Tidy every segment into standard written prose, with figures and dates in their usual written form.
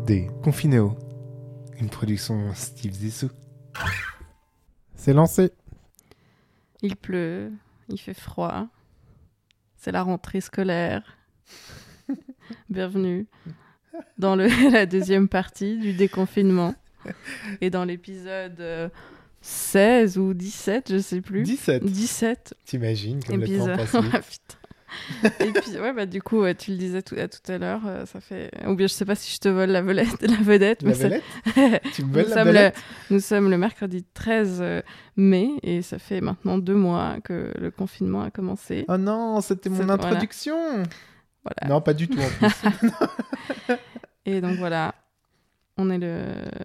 Des Confinéo, une production Steve Zissou. C'est lancé. Il pleut, il fait froid. C'est la rentrée scolaire. Bienvenue dans la deuxième partie du déconfinement. Et dans l'épisode 16 ou 17, je sais plus. 17. T'imagines comme épisode... le temps passe vite. Et puis, du coup, tu le disais tout à l'heure, ça fait... Ou bien, je sais pas si je te vole la vedette. La vedette Tu me voles la vedette Nous sommes le mercredi 13 mai et ça fait maintenant 2 mois que le confinement a commencé. Oh non, c'était mon introduction. Voilà. Non, pas du tout en plus. Et donc voilà, on est le...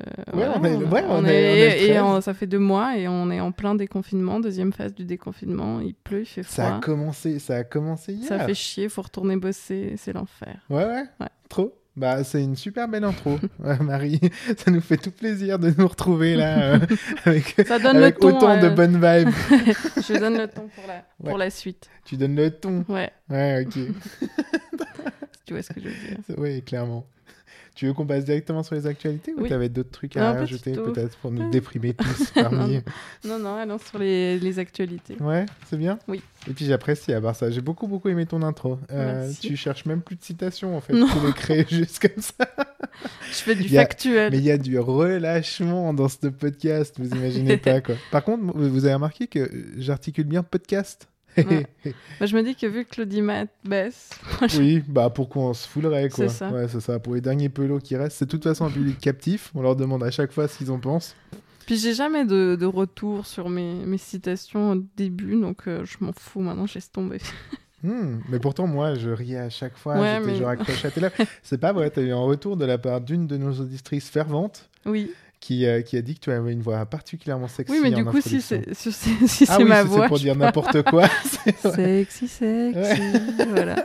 ça fait 2 mois et on est en plein déconfinement, deuxième phase du déconfinement. Il pleut, il fait froid. Ça a commencé hier. Ça fait chier, faut retourner bosser, c'est l'enfer. Ouais. Trop. Bah, c'est une super belle intro, Marie. Ça nous fait tout plaisir de nous retrouver là avec autant de bonnes vibes. Je donne le ton pour la suite. Tu donnes le ton. Ouais, ok. Tu vois ce que je veux dire. Oui, clairement. Tu veux qu'on passe directement sur les actualités ou t'avais d'autres trucs à rajouter peut-être pour nous déprimer tous parmi... Non, allons sur les actualités. Ouais, c'est bien. Oui. Et puis j'apprécie à part ça. J'ai beaucoup aimé ton intro. Tu cherches même plus de citations en fait. Non. Tu les crées juste comme ça. Je fais du factuel. Mais il y a du relâchement dans ce podcast, vous imaginez pas quoi. Par contre, vous avez remarqué que j'articule bien podcast. Ouais. Je me dis que vu que l'audimat baisse... Oui, pourquoi on se foulerait quoi. C'est ça. Ouais, c'est ça. Pour les derniers pelots qui restent, c'est de toute façon un public captif. On leur demande à chaque fois ce qu'ils en pensent. Puis j'ai jamais de retour sur mes citations au début, donc je m'en fous maintenant, j'ai laisse tomber. Mais pourtant, moi, je riais à chaque fois. Ouais, genre accroché à tes lèvres. C'est pas vrai, t'as eu un retour de la part d'une de nos auditrices ferventes. Oui. Qui a dit que tu avais une voix particulièrement sexy. Oui, mais du coup, si c'est ma ma voix. C'est pour dire n'importe quoi. Sexy, voilà.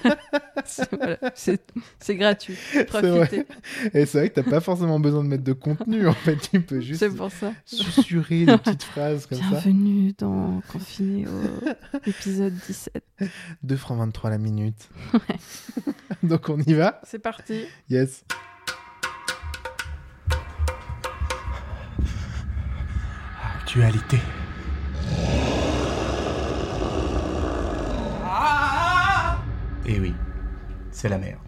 C'est gratuit. Profitez. Et c'est vrai que t'as pas forcément besoin de mettre de contenu, en fait. Tu peux juste susurrer des petites phrases comme ça. Bienvenue dans Confiné au épisode 17. 2 francs 23 la minute. Ouais. Donc on y va. C'est parti. Yes. Actualité. Et oui, c'est la merde.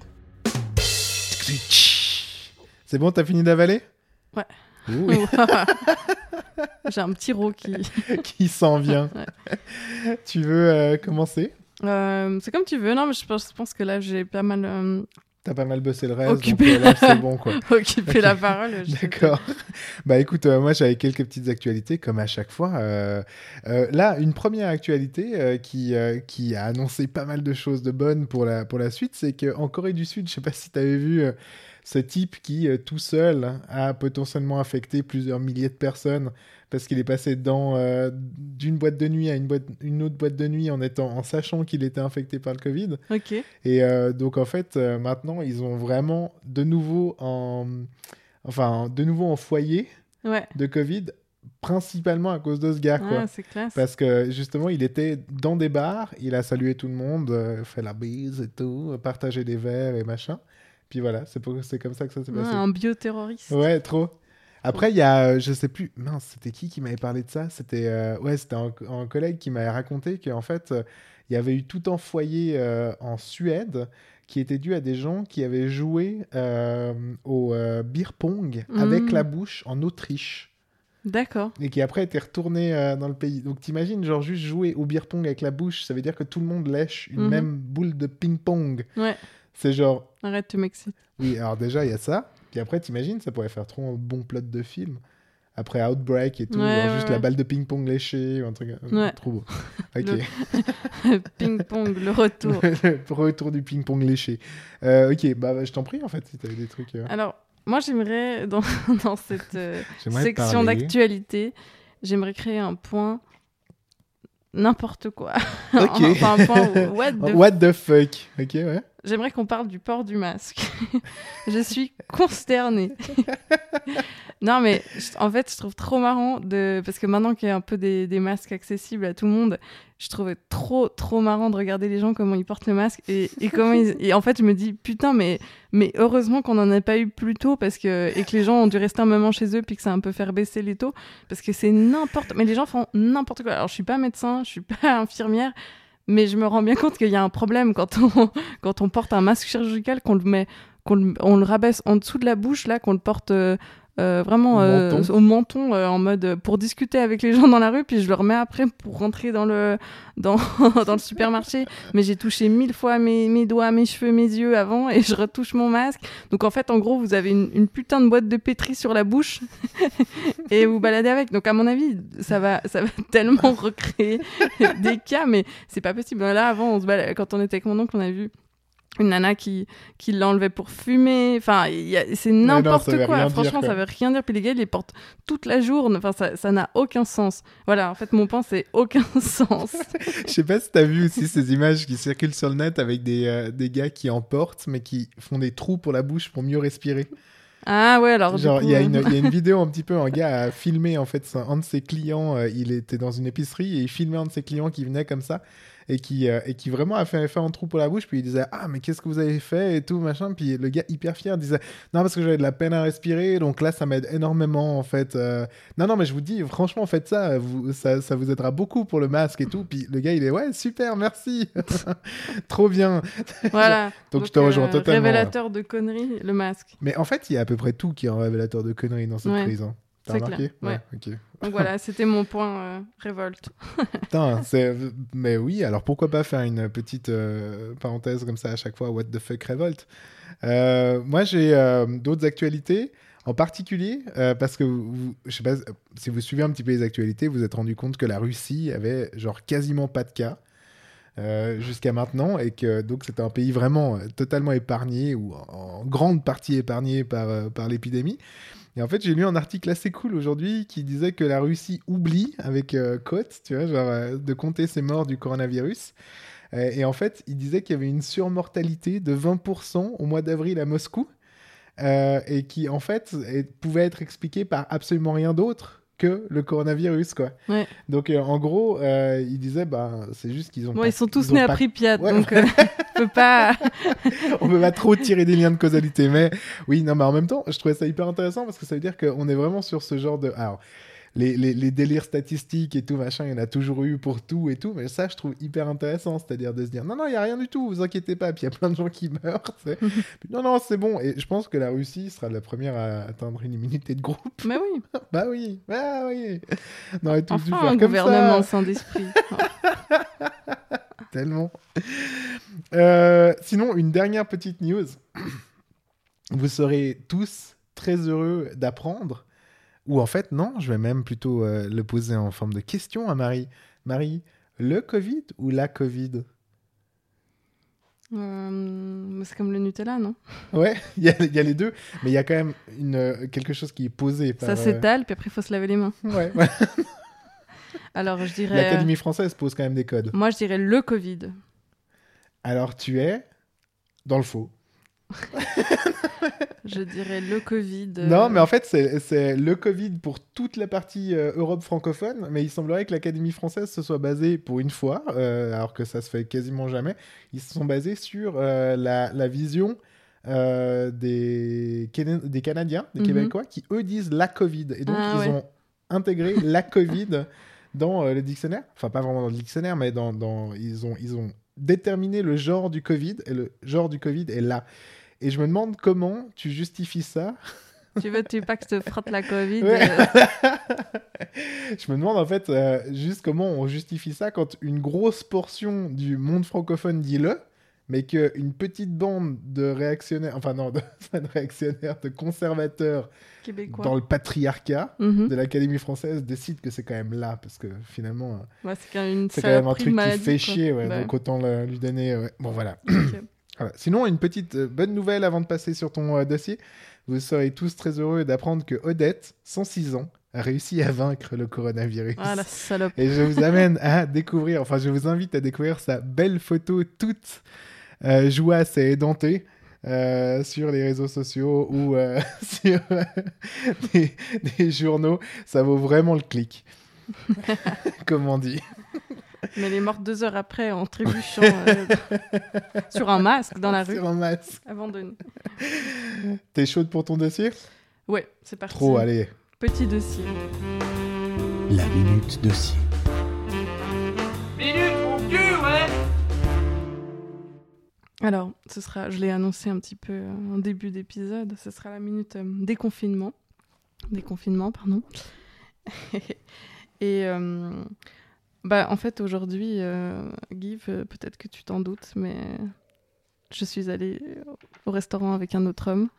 C'est bon, t'as fini d'avaler ? Ouais. Oui. J'ai un petit rot qui s'en vient. Ouais. Tu veux commencer ? C'est comme tu veux. Non, mais je pense que là, j'ai pas mal... T'as pas mal bossé le reste, Occupé. Donc là, c'est bon, quoi. Occuper la parole. D'accord. Écoute, moi, j'avais quelques petites actualités, comme à chaque fois. Là, une première actualité qui a annoncé pas mal de choses de bonnes pour la suite, c'est qu'en Corée du Sud, je sais pas si t'avais vu ce type qui, tout seul, a potentiellement affecté plusieurs milliers de personnes parce qu'il est passé d'une boîte de nuit à une autre boîte de nuit en sachant qu'il était infecté par le Covid. Ok. Et donc en fait, maintenant, ils ont vraiment de nouveau en foyer de Covid, principalement à cause de ce gars, quoi. C'est classe. Parce que justement, il était dans des bars, il a salué tout le monde, fait la bise et tout, partagé des verres et machin. Puis voilà, c'est comme ça que ça s'est passé. Un bioterroriste. Ouais, trop. Après, il y a, je sais plus, mince, c'était qui m'avait parlé de ça ? C'était un collègue qui m'avait raconté qu'en fait, il y avait eu tout un foyer en Suède qui était dû à des gens qui avaient joué au beer pong avec la bouche en Autriche. D'accord. Et qui après étaient retournés dans le pays. Donc t'imagines, genre juste jouer au beer pong avec la bouche, ça veut dire que tout le monde lèche une même boule de ping-pong. Ouais. C'est genre... Arrête, tu m'excites. Oui, alors déjà, il y a ça. Puis après, t'imagines, ça pourrait faire trop un bon plot de film. Après Outbreak et tout, juste la balle de ping-pong léchée, ou un truc trop beau. Ok. Ping-pong, le retour. Le retour du ping-pong léché. Ok, je t'en prie, en fait, si t'avais des trucs... Alors, moi, j'aimerais, dans cette section d'actualité, j'aimerais créer un point... N'importe quoi. Ok. Enfin, un point what the fuck. Ok, ouais. j'aimerais qu'on parle du port du masque. Je suis consternée. Non, mais en fait, je trouve trop marrant parce que maintenant qu'il y a un peu des masques accessibles à tout le monde, je trouvais trop marrant de regarder les gens comment ils portent le masque et comment et en fait, je me dis putain, mais heureusement qu'on en a pas eu plus tôt et que les gens ont dû rester un moment chez eux puis que ça a un peu fait baisser les taux parce que c'est mais les gens font n'importe quoi. Alors, je suis pas médecin, je suis pas infirmière. Mais je me rends bien compte qu'il y a un problème quand on porte un masque chirurgical, qu'on le rabaisse en dessous de la bouche, là, qu'on le porte vraiment au menton en mode pour discuter avec les gens dans la rue, puis je le remets après pour rentrer dans le supermarché. Mais j'ai touché 1000 fois mes doigts, mes cheveux, mes yeux avant et je retouche mon masque. Donc en fait, en gros, vous avez une putain de boîte de pétri sur la bouche et vous baladez avec. Donc à mon avis, ça va tellement recréer des cas, mais c'est pas possible. Là, avant, quand on était avec mon oncle, on a vu une nana qui l'enlevait pour fumer. Enfin, c'est n'importe quoi. Franchement, ça veut rien dire. Puis les gars, ils les portent toute la journée. Enfin, ça n'a aucun sens. Voilà, en fait, mon point, c'est aucun sens. Je sais pas si t'as vu aussi ces images qui circulent sur le net avec des gars qui en portent, mais qui font des trous pour la bouche pour mieux respirer. Ah ouais, alors genre il y a une vidéo un petit peu, un gars a filmé en fait un de ses clients, il était dans une épicerie et il filmait un de ses clients qui venait comme ça et qui vraiment a fait un trou pour la bouche, puis il disait ah mais qu'est-ce que vous avez fait et tout machin, puis le gars hyper fier disait non parce que j'avais de la peine à respirer, donc là ça m'aide énormément en fait, non mais je vous dis franchement faites ça, ça vous aidera beaucoup pour le masque et tout, puis le gars il est ouais super merci trop bien. Voilà. donc je te rejoins totalement. Révélateur de conneries, le masque. Mais en fait il y a à peu près tout qui est un révélateur de conneries dans cette crise, hein. T'as remarqué ? Ouais. Ok. Donc voilà, c'était mon point révolte. Putain, mais oui, alors pourquoi pas faire une petite parenthèse comme ça à chaque fois, what the fuck révolte. Moi j'ai d'autres actualités, en particulier parce que je sais pas si vous suivez un petit peu les actualités, vous vous êtes rendu compte que la Russie avait genre quasiment pas de cas jusqu'à maintenant et que donc c'était un pays vraiment totalement épargné ou en grande partie épargné par l'épidémie. Et en fait, j'ai lu un article assez cool aujourd'hui qui disait que la Russie oublie, avec cote, tu vois, genre de compter ses morts du coronavirus. Et en fait, il disait qu'il y avait une surmortalité de 20% au mois d'avril à Moscou et qui, en fait, pouvait être expliquée par absolument rien d'autre que le coronavirus, quoi. Ouais. Donc, en gros, il disait, c'est juste qu'ils ont ils sont tous nés à Pripyat, donc on peut pas... on peut pas trop tirer des liens de causalité, mais oui, non, mais en même temps, je trouvais ça hyper intéressant parce que ça veut dire qu'on est vraiment sur ce genre de... Alors, les délires statistiques et tout, machin, il y en a toujours eu pour tout et tout, mais ça, je trouve hyper intéressant, c'est-à-dire de se dire, non, il n'y a rien du tout, vous inquiétez pas, puis il y a plein de gens qui meurent, puis, non, c'est bon, et je pense que la Russie sera la première à atteindre une immunité de groupe. Mais oui. Bah oui. On aurait tous dû faire un comme gouvernement sain d'esprit. Tellement. Sinon, une dernière petite news. Vous serez tous très heureux d'apprendre, ou en fait, non, je vais même plutôt le poser en forme de question à Marie. Marie, le Covid ou la Covid ? C'est comme le Nutella, non ? Ouais, il y a les deux, mais il y a quand même quelque chose qui est posé par... Ça s'étale, puis après, il faut se laver les mains. Ouais. Alors, je dirais... L'Académie française pose quand même des codes. Moi, je dirais le Covid. Alors, tu es dans le faux. Je dirais le Covid. Non, mais en fait, c'est le Covid pour toute la partie Europe francophone, mais il semblerait que l'Académie française se soit basée pour une fois, alors que ça se fait quasiment jamais, ils se sont basés sur la vision des Canadiens, des Québécois, qui eux disent la Covid. Et donc, ils ont intégré la Covid dans le dictionnaire. Enfin, pas vraiment dans le dictionnaire, mais ils ont déterminé le genre du Covid, et le genre du Covid est là. Et je me demande comment tu justifies ça. Tu veux pas que je te frotte la Covid ouais. Je me demande en fait juste comment on justifie ça quand une grosse portion du monde francophone dit le, mais qu'une petite bande de réactionnaires, enfin non, pas de réactionnaires, de conservateurs québécois dans le patriarcat de l'Académie française décide que c'est quand même là, parce que finalement c'est quand même un truc maladie, qui fait chier, bah. Donc autant lui donner... Bon voilà. Okay. Voilà. Sinon, une petite bonne nouvelle avant de passer sur ton dossier. Vous serez tous très heureux d'apprendre que Odette, 106 ans, a réussi à vaincre le coronavirus. Ah, la salope. Et je vous amène à découvrir, enfin je vous invite à découvrir sa belle photo toute Jouas et édenté sur les réseaux sociaux ou sur des journaux, ça vaut vraiment le clic. Comme on dit. Mais elle est morte 2 heures après en trébuchant sur un masque dans la rue. Sur un masque. Abandonné. T'es chaude pour ton dossier ? Ouais, c'est parti. Trop, allez. Petit dossier. La minute dossier. Minute, mon cul, ouais. Alors, ce sera, je l'ai annoncé un petit peu en début d'épisode, ce sera la minute déconfinement. Déconfinement, pardon. Et en fait, aujourd'hui, Guy, peut-être que tu t'en doutes, mais je suis allée au restaurant avec un autre homme.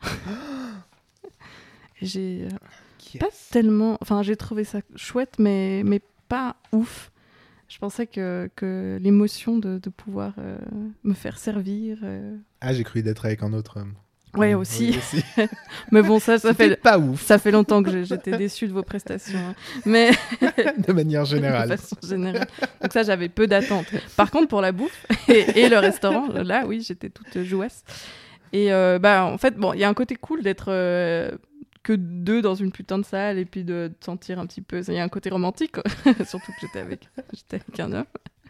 Et j'ai pas tellement... Enfin, j'ai trouvé ça chouette, mais pas ouf. Je pensais que l'émotion de pouvoir me faire servir... Ah, j'ai cru d'être avec un autre homme. Ouais, aussi. Mais bon, ça fait pas ouf. Ça fait longtemps que j'étais déçue de vos prestations. Hein. Mais de manière générale. De façon générale. Donc ça, j'avais peu d'attentes. Par contre, pour la bouffe et le restaurant, là, oui, j'étais toute jouasse. Et en fait, bon, il y a un côté cool d'être que 2 dans une putain de salle et puis de te sentir un petit peu... Il y a un côté romantique, quoi. Surtout que j'étais avec un homme.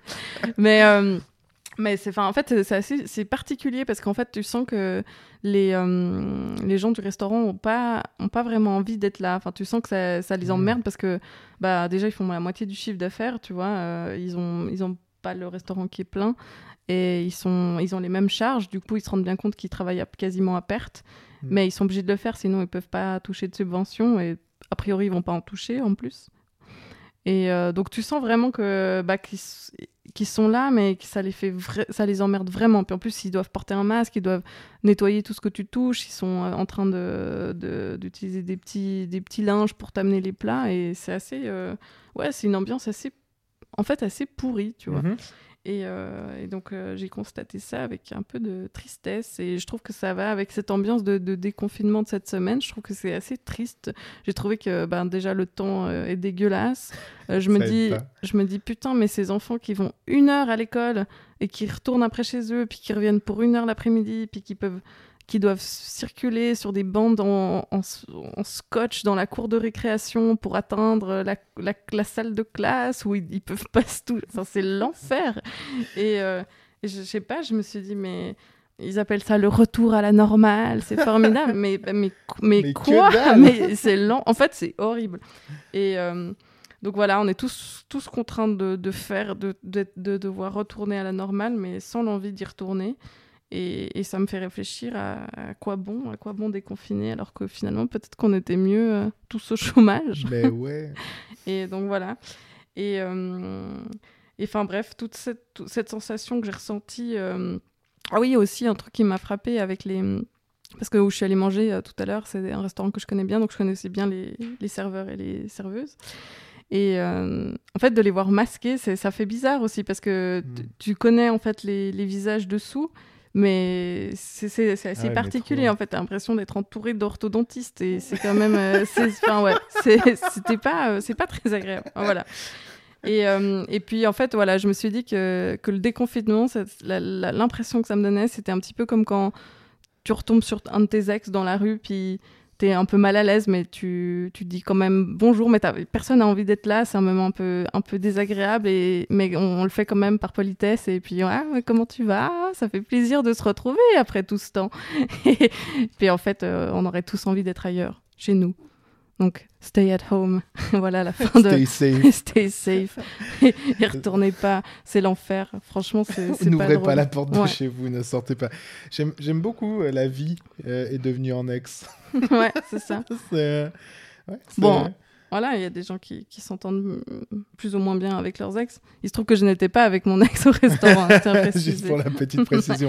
Mais en fait, c'est particulier parce qu'en fait, tu sens que les gens du restaurant ont pas vraiment envie d'être là. Enfin, tu sens que ça les emmerde parce que déjà, ils font la moitié du chiffre d'affaires, tu vois. Ils ont pas le restaurant qui est plein et ils ont les mêmes charges. Du coup, ils se rendent bien compte qu'ils travaillent quasiment à perte. Mais ils sont obligés de le faire, sinon ils peuvent pas toucher de subventions et a priori, ils vont pas en toucher en plus. Et donc, tu sens vraiment que qu'ils sont là, mais que ça les emmerde vraiment. Puis en plus, ils doivent porter un masque, ils doivent nettoyer tout ce que tu touches, ils sont en train d'utiliser des petits linges pour t'amener les plats, et c'est assez... c'est une ambiance assez pourrie, tu vois. Mm-hmm. Et donc, j'ai constaté ça avec un peu de tristesse, et je trouve que ça va avec cette ambiance de déconfinement de cette semaine. Je trouve que c'est assez triste. J'ai trouvé que déjà le temps est dégueulasse. Je me dis putain, mais ces enfants qui vont 1 heure à l'école et qui retournent après chez eux, puis qui reviennent pour 1 heure l'après-midi, puis qui doivent circuler sur des bandes en scotch dans la cour de récréation pour atteindre la salle de classe où ils peuvent pas se toucher. Enfin, c'est l'enfer. Et je sais pas, je me suis dit, mais ils appellent ça le retour à la normale, c'est formidable. mais quoi? Mais c'est lent. En fait, c'est horrible. Et donc voilà, on est tous contraints de devoir retourner à la normale, mais sans l'envie d'y retourner. Et ça me fait réfléchir à quoi bon déconfiner, alors que finalement, peut-être qu'on était mieux tous au chômage. Mais ouais. Et donc voilà. Et enfin bref, toute cette sensation que j'ai ressentie. Ah oui, aussi un truc qui m'a frappée avec parce que où je suis allée manger tout à l'heure, c'est un restaurant que je connais bien, donc je connaissais bien les serveurs et les serveuses. Et en fait, de les voir masqués, ça fait bizarre aussi, parce que tu connais en fait les visages dessous. Mais c'est assez particulier, en fait. T'as l'impression d'être entouré d'orthodontistes, et c'est quand même... c'est pas très agréable. Voilà. Et puis, en fait, voilà, je me suis dit que le déconfinement, l'impression que ça me donnait, c'était un petit peu comme quand tu retombes sur un de tes ex dans la rue, puis t'es un peu mal à l'aise, mais tu dis quand même bonjour, mais personne n'a envie d'être là, c'est un moment un peu désagréable, mais on le fait quand même par politesse, et puis comment tu vas ? Ça fait plaisir de se retrouver après tout ce temps. Et puis en fait, on aurait tous envie d'être ailleurs, chez nous. Donc, stay at home. Voilà la fin de... Stay safe. Stay safe. Et retournez pas. C'est l'enfer. Franchement, c'est pas N'ouvrez drôle. pas la porte de chez vous, ne sortez pas. J'aime beaucoup la vie est devenue en ex. Ouais, c'est ça. Bon, voilà, il y a des gens qui s'entendent plus ou moins bien avec leurs ex. Il se trouve que je n'étais pas avec mon ex au restaurant. Juste pour la petite précision.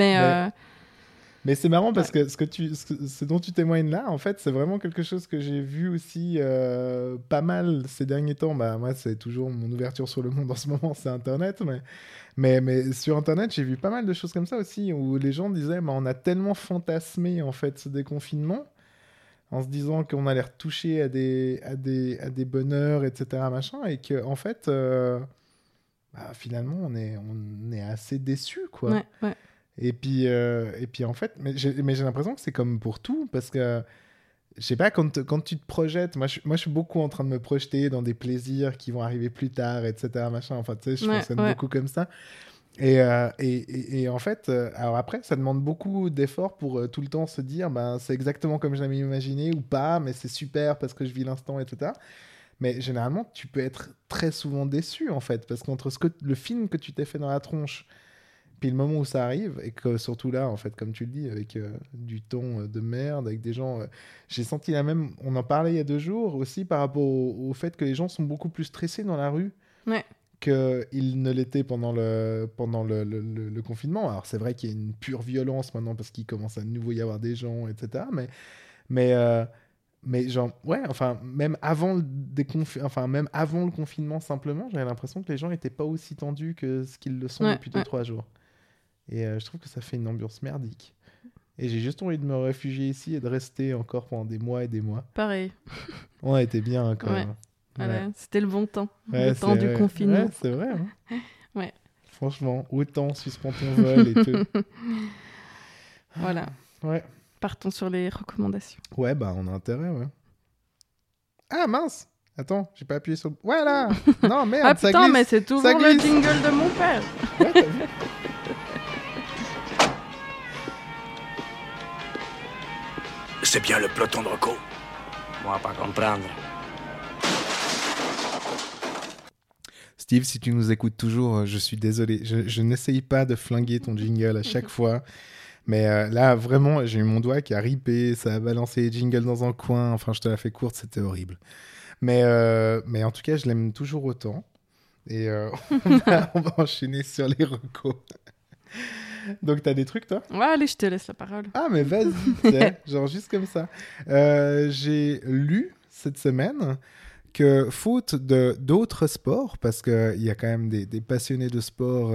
Mais c'est marrant parce que ce dont tu témoignes là, en fait, c'est vraiment quelque chose que j'ai vu aussi pas mal ces derniers temps. Moi, c'est toujours mon ouverture sur le monde en ce moment, c'est Internet. Mais sur Internet, j'ai vu pas mal de choses comme ça aussi, où les gens disaient on a tellement fantasmé en fait, ce déconfinement, en se disant qu'on allait retoucher à des bonheurs, etc. Machin, et qu'en fait, finalement, on est assez déçus, quoi. Ouais. Et puis en fait, mais j'ai l'impression que c'est comme pour tout, parce que je sais pas, quand tu te projettes, moi je suis beaucoup en train de me projeter dans des plaisirs qui vont arriver plus tard, etc. Machin. Enfin, tu sais, je fonctionne beaucoup comme ça. Et en fait, alors après, ça demande beaucoup d'efforts pour tout le temps se dire, ben, c'est exactement comme je l'avais imaginé ou pas, mais c'est super parce que je vis l'instant, etc. Mais généralement, tu peux être très souvent déçu, en fait, parce qu'entre le film que tu t'es fait dans la tronche, puis le moment où ça arrive, et que surtout là, en fait, comme tu le dis, avec du ton de merde, avec des gens... j'ai senti la même... On en parlait il y a 2 jours aussi par rapport au fait que les gens sont beaucoup plus stressés dans la rue qu'ils ne l'étaient pendant le confinement. Alors c'est vrai qu'il y a une pure violence maintenant parce qu'il commence à nouveau y avoir des gens, etc. Mais genre, ouais, enfin, même avant même avant le confinement, simplement, j'avais l'impression que les gens n'étaient pas aussi tendus que ce qu'ils le sont depuis 2-3 jours. Et je trouve que ça fait une ambiance merdique. Et j'ai juste envie de me réfugier ici et de rester encore pendant des mois et des mois. Pareil. On a été bien quand même. Voilà, c'était le bon temps. Le temps du confinement. Ouais, c'est vrai. Hein. Ouais. Franchement, autant suspend ton vol et tout. Voilà. Ouais. Partons sur les recommandations. Ouais, bah on a intérêt, ouais. Ah mince! Attends, j'ai pas appuyé sur le... Voilà! Non, merde, ah ça putain, glisse, mais c'est toujours le jingle de mon père! Ouais, t'as vu? C'est bien le peloton de Rocco. Moi, pas comprendre. Steve, si tu nous écoutes toujours, je suis désolé. Je n'essaye pas de flinguer ton jingle à chaque fois. Mais là, vraiment, j'ai eu mon doigt qui a ripé, ça a balancé les jingles dans un coin. Enfin, je te la fais courte, c'était horrible. Mais en tout cas, je l'aime toujours autant. Et on va enchaîner sur les recos. Donc, t'as des trucs, toi? Ouais, allez, je te laisse la parole. Ah, mais vas-y, genre juste comme ça. J'ai lu cette semaine que faute d'autres sports, parce qu'il y a quand même des passionnés de sport,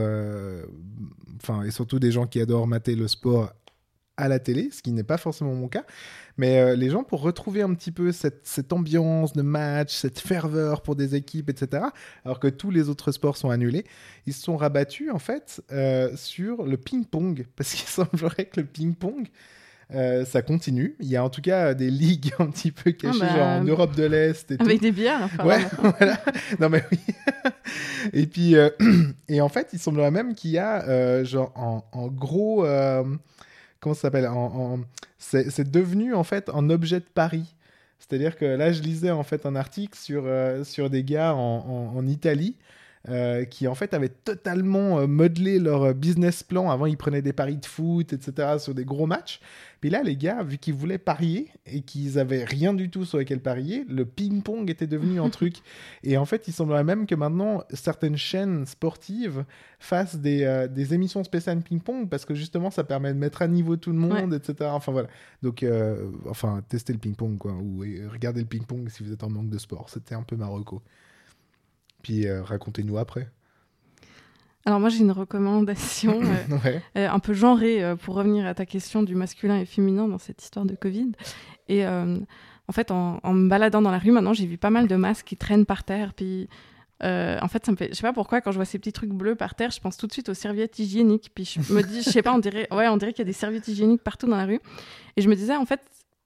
et surtout des gens qui adorent mater le sport à la télé, ce qui n'est pas forcément mon cas, mais les gens, pour retrouver un petit peu cette ambiance de match, cette ferveur pour des équipes, etc., alors que tous les autres sports sont annulés, ils se sont rabattus en fait sur le ping-pong, parce qu'il semblerait que le ping-pong, ça continue. Il y a en tout cas des ligues un petit peu cachées, genre en Europe de l'Est. Et avec tout. des bières, enfin. Ouais, voilà. Non, mais oui. Et puis, et en fait, il semblerait même qu'il y a, genre, en gros, comment ça s'appelle c'est devenu, en fait, un objet de pari. C'est-à-dire que là, je lisais, en fait, un article sur des gars en Italie qui en fait avaient totalement modelé leur business plan. Avant, ils prenaient des paris de foot, etc., sur des gros matchs. Puis là, les gars, vu qu'ils voulaient parier et qu'ils avaient rien du tout sur lequel parier, le ping-pong était devenu un truc. Et en fait, il semblerait même que maintenant, certaines chaînes sportives fassent des émissions spéciales ping-pong parce que justement, ça permet de mettre à niveau tout le monde, etc. Enfin, voilà. Donc, testez le ping-pong, quoi. Ou regardez le ping-pong si vous êtes en manque de sport. C'était un peu ma reco. Puis racontez-nous après. Alors moi j'ai une recommandation un peu genrée pour revenir à ta question du masculin et féminin dans cette histoire de Covid. Et en fait en me baladant dans la rue maintenant j'ai vu pas mal de masques qui traînent par terre. Puis en fait ça me fait, je sais pas pourquoi quand je vois ces petits trucs bleus par terre je pense tout de suite aux serviettes hygiéniques. Puis je me dis je sais pas on dirait qu'il y a des serviettes hygiéniques partout dans la rue. Et je me disais en fait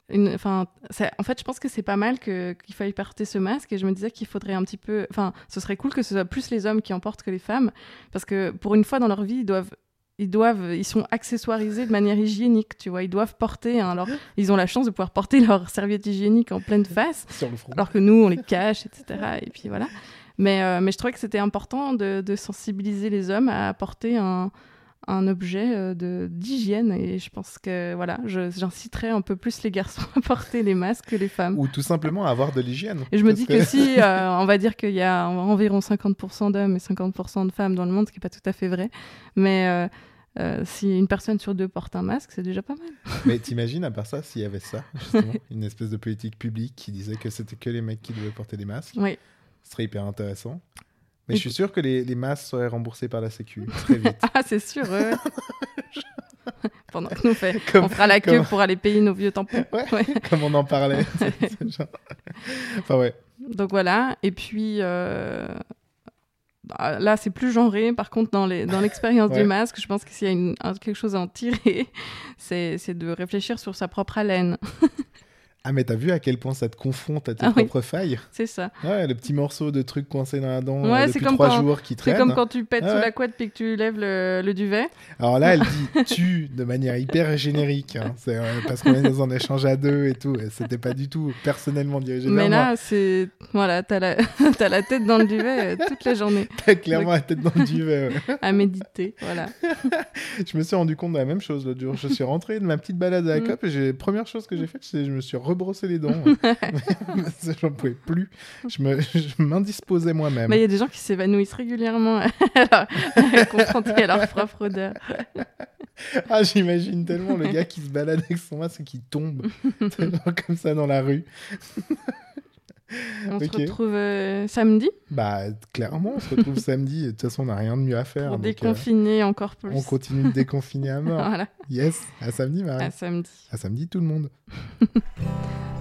je pense que c'est pas mal qu'il faille porter ce masque et je me disais qu'il faudrait un petit peu... ce serait cool que ce soit plus les hommes qui en portent que les femmes parce que pour une fois dans leur vie, ils sont accessoirisés de manière hygiénique, tu vois. Ils doivent porter... alors, ils ont la chance de pouvoir porter leur serviette hygiénique en pleine face sur le front. Alors que nous, on les cache, etc. Et puis voilà. Mais je trouvais que c'était important de sensibiliser les hommes à porter un objet d'hygiène et je pense que voilà, j'inciterais un peu plus les garçons à porter les masques que les femmes. Ou tout simplement à avoir de l'hygiène. Et je me dis que si, on va dire qu'il y a environ 50% d'hommes et 50% de femmes dans le monde, ce qui n'est pas tout à fait vrai, mais si une personne sur 2 porte un masque, c'est déjà pas mal. Mais t'imagines, à part ça, s'il y avait ça, justement, une espèce de politique publique qui disait que c'était que les mecs qui devaient porter des masques, oui. Ce serait hyper intéressant. Mais je suis sûr que les masques seraient remboursés par la Sécu très vite. Ah, c'est sûr, ouais. Pendant que nous, on fera la queue pour aller payer nos vieux tampons. Ouais. Comme on en parlait. Enfin, ouais. Donc voilà. Et puis, là, c'est plus genré. Par contre, dans l'expérience Ouais. du masque, je pense que s'il y a quelque chose à en tirer, c'est de réfléchir sur sa propre haleine. Ah, mais t'as vu à quel point ça te confronte à tes Ah oui. propres failles? C'est ça. Ouais, le petit morceau de truc coincé dans la dent Ouais, depuis c'est comme 3 quand- jours qui traîne. C'est comme quand tu pètes Ah sous ouais. la couette puis que tu lèves le duvet. Alors là, elle dit tu de manière hyper générique. Hein. C'est parce qu'on est dans un échange à deux et tout. Et c'était pas du tout personnellement dirigé Mais vers moi. là, c'est... Voilà, t'as la... t'as la tête dans le duvet toute la journée T'as clairement la tête dans le duvet. Ouais. à méditer. Voilà. Je me suis rendu compte de la même chose l'autre jour. Je suis rentré de ma petite balade à la Mm. COP et première chose que j'ai faite, c'est que je me suis rebrossé les dents. J'en pouvais plus. Je m'indisposais moi-même. Mais il y a des gens qui s'évanouissent régulièrement confrontés à leur propre odeur. Ah, j'imagine tellement le gars qui se balade avec son masque et qui tombe genre comme ça dans la rue. On Ok. se retrouve samedi Bah, clairement, on se retrouve samedi. De toute façon, on n'a rien de mieux à faire. pour donc, déconfiner encore plus. on continue de déconfiner à mort. Voilà, Yes, à samedi, Marie. à samedi. À samedi, tout le monde.